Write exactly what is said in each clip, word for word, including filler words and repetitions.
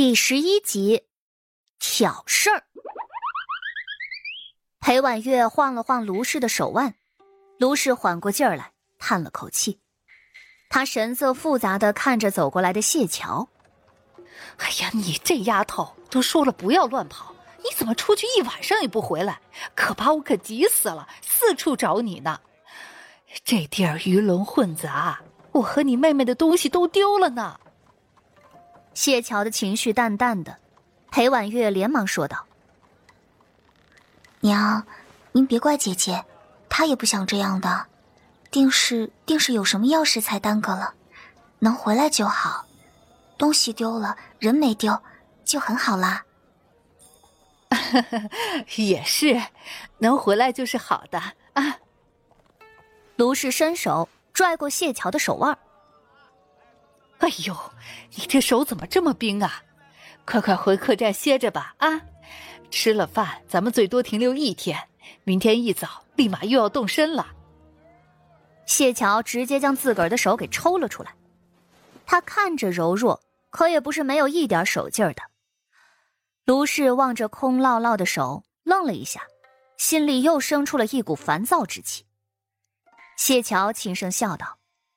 第十一集，挑事儿。裴婉月晃了晃卢氏的手腕，卢氏缓过劲儿来，叹了口气。他神色复杂地看着走过来的谢桥。 哎呀，你这丫头，都说了不要乱跑，你怎么出去一晚上也不回来？可把我可急死了，四处找你呢。这地儿鱼龙混杂，我和你妹妹的东西都丢了呢。 谢桥的情绪淡淡的，裴婉月连忙说道： 娘，您别怪姐姐，她也不想这样的，定是定是有什么要事才耽搁了，能回来就好，东西丢了人没丢就很好啦。 也是，能回来就是好的啊。 卢氏伸手拽过谢桥的手腕。 哎呦，你这手怎么这么冰啊？快快回客栈歇着吧啊！吃了饭咱们最多停留一天，明天一早立马又要动身了。 谢桥直接将自个儿的手给抽了出来，他看着柔弱，可也不是没有一点手劲儿的。卢氏望着空落落的手，愣了一下，心里又生出了一股烦躁之气。谢桥轻声笑道：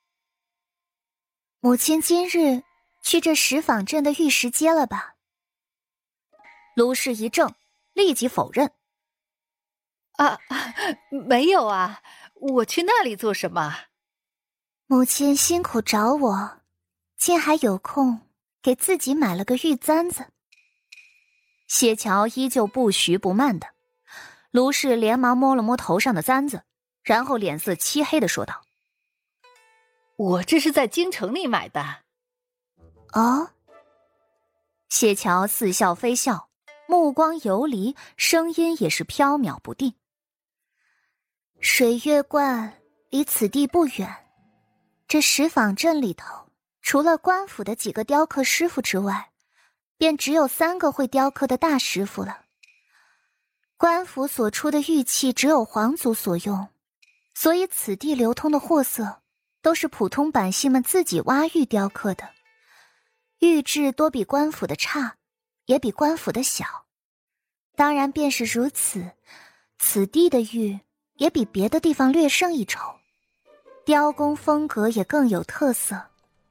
母亲今日去这石坊镇的玉石街了吧？卢氏一怔，立即否认： 啊，没有啊，我去那里做什么？ 母亲辛苦找我，竟还有空给自己买了个玉簪子。谢桥依旧不徐不慢的，卢氏连忙摸了摸头上的簪子，然后脸色漆黑的说道： 我这是在京城里买的。 哦。谢桥似笑非笑，目光游离，声音也是飘渺不定。水月观离此地不远，这石坊镇里头，除了官府的几个雕刻师傅之外，便只有三个会雕刻的大师傅了。官府所出的玉器只有皇族所用，所以此地流通的货色都是普通百姓们自己挖玉雕刻的，玉质多比官府的差，也比官府的小。当然便是如此，此地的玉也比别的地方略胜一筹，雕工风格也更有特色。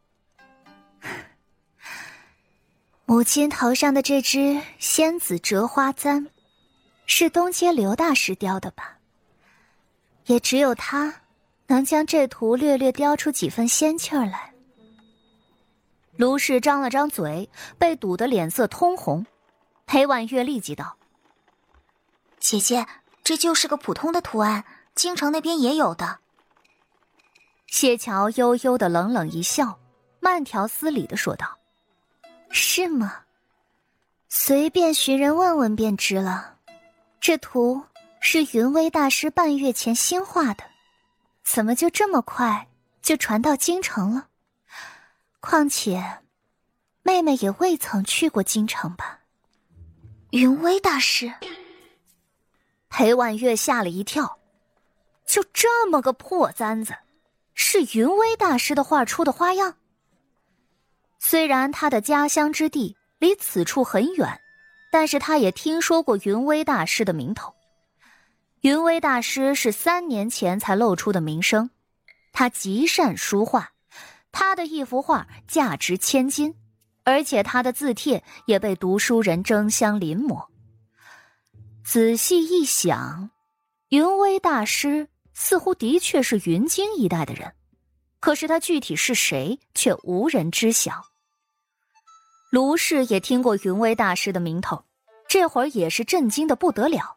母亲头上的这只仙子折花簪，是东街刘大师雕的吧？也只有他能将这图略略雕出几分仙气儿来。卢氏张了张嘴，被堵得脸色通红。裴婉月立即道： 姐姐，这就是个普通的图案，京城那边也有的。 谢桥悠悠的冷冷一笑，慢条斯理的说道：是吗？随便寻人问问便知了。这图是云微大师半月前新画的，怎么就这么快就传到京城了？况且妹妹也未曾去过京城吧？ 云微大师？ 裴婉月吓了一跳，就这么个破簪子，是云微大师的画出的花样？虽然他的家乡之地离此处很远，但是他也听说过云微大师的名头。云微大师是三年前才露出的名声，他极善书画，他的一幅画价值千金，而且他的字帖也被读书人争相临摹。仔细一想，云微大师似乎的确是云京一带的人，可是他具体是谁却无人知晓。卢氏也听过云微大师的名头，这会儿也是震惊的不得了。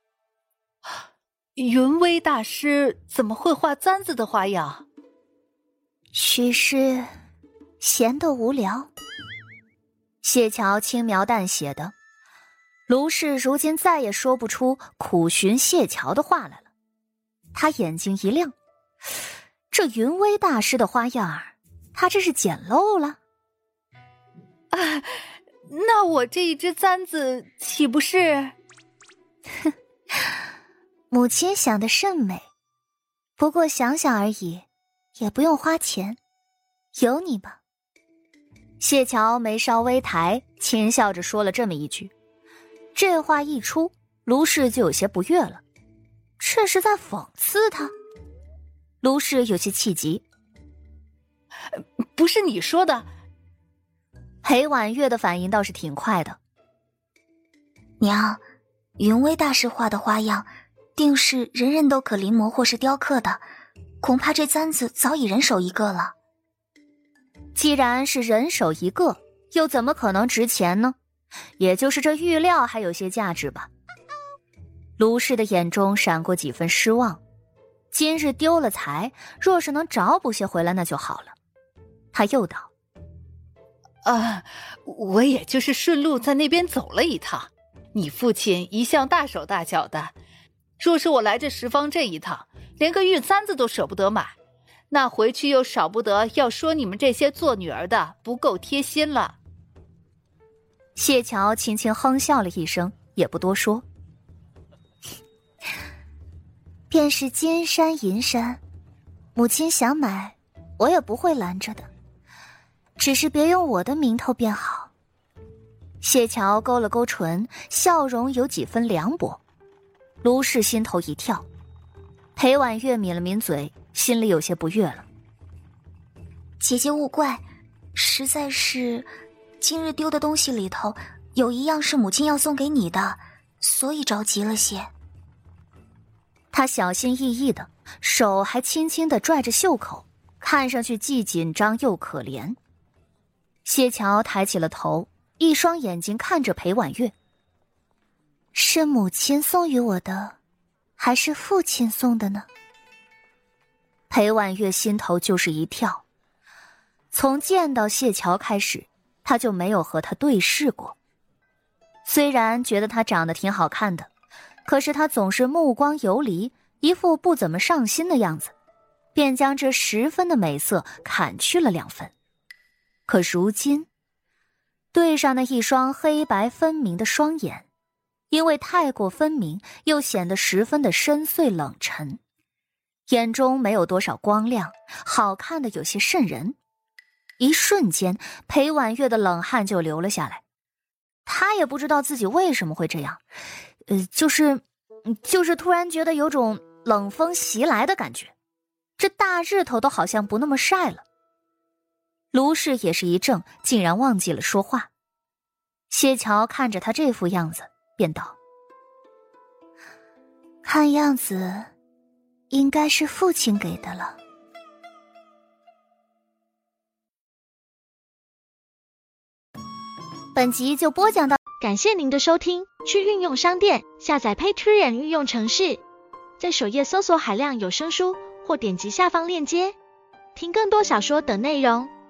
云微大师怎么会画簪子的花样？ 许是闲得无聊。谢桥轻描淡写的，卢氏如今再也说不出苦寻谢桥的话来了。他眼睛一亮，这云微大师的花样儿，他这是捡漏了？ 啊，那我这一只簪子岂不是…… 哼，母亲想得甚美，不过想想而已，也不用花钱，由你吧。 谢桥眉稍微抬，轻笑着说了这么一句。这话一出，卢氏就有些不悦了，这是在讽刺他。卢氏有些气急， 不是你说的。 裴婉月的反应倒是挺快的。 娘，云微大师画的花样定是人人都可临摹或是雕刻的，恐怕这簪子早已人手一个了。 既然是人手一个，又怎么可能值钱呢？也就是这玉料还有些价值吧。卢氏的眼中闪过几分失望，今日丢了财，若是能找补些回来那就好了。他又道： 啊，我也就是顺路在那边走了一趟。你父亲一向大手大脚的，若是我来这十方这一趟，连个玉簪子都舍不得买，那回去又少不得要说你们这些做女儿的不够贴心了。 谢桥轻轻哼笑了一声，也不多说。便是金山银山，母亲想买，我也不会拦着的，只是别用我的名头便好。谢桥勾了勾唇，笑容有几分凉薄。卢氏心头一跳，裴婉月抿了抿嘴，心里有些不悦了。 姐姐勿怪，实在是今日丢的东西里头有一样是母亲要送给你的，所以着急了些。 他小心翼翼的，手还轻轻地拽着袖口，看上去既紧张又可怜。谢桥抬起了头，一双眼睛看着裴婉月。是母亲送予我的，还是父亲送的呢？裴婉月心头就是一跳。从见到谢桥开始，他就没有和他对视过。虽然觉得他长得挺好看的，可是他总是目光游离，一副不怎么上心的样子，便将这十分的美色砍去了两分。可如今对上那一双黑白分明的双眼，因为太过分明，又显得十分的深邃冷沉，眼中没有多少光亮，好看的有些瘆人。一瞬间，裴婉月的冷汗就流了下来。她也不知道自己为什么会这样，呃，就是就是突然觉得有种冷风袭来的感觉，这大日头都好像不那么晒了。卢氏也是一怔，竟然忘记了说话。谢桥看着他这副样子，便道：看样子应该是父亲给的了。本集就播讲到， 感谢您的收听。去运用商店下载 Patreon 运用程式，在首页搜索海量有声书，或点击下方链接听更多小说等内容。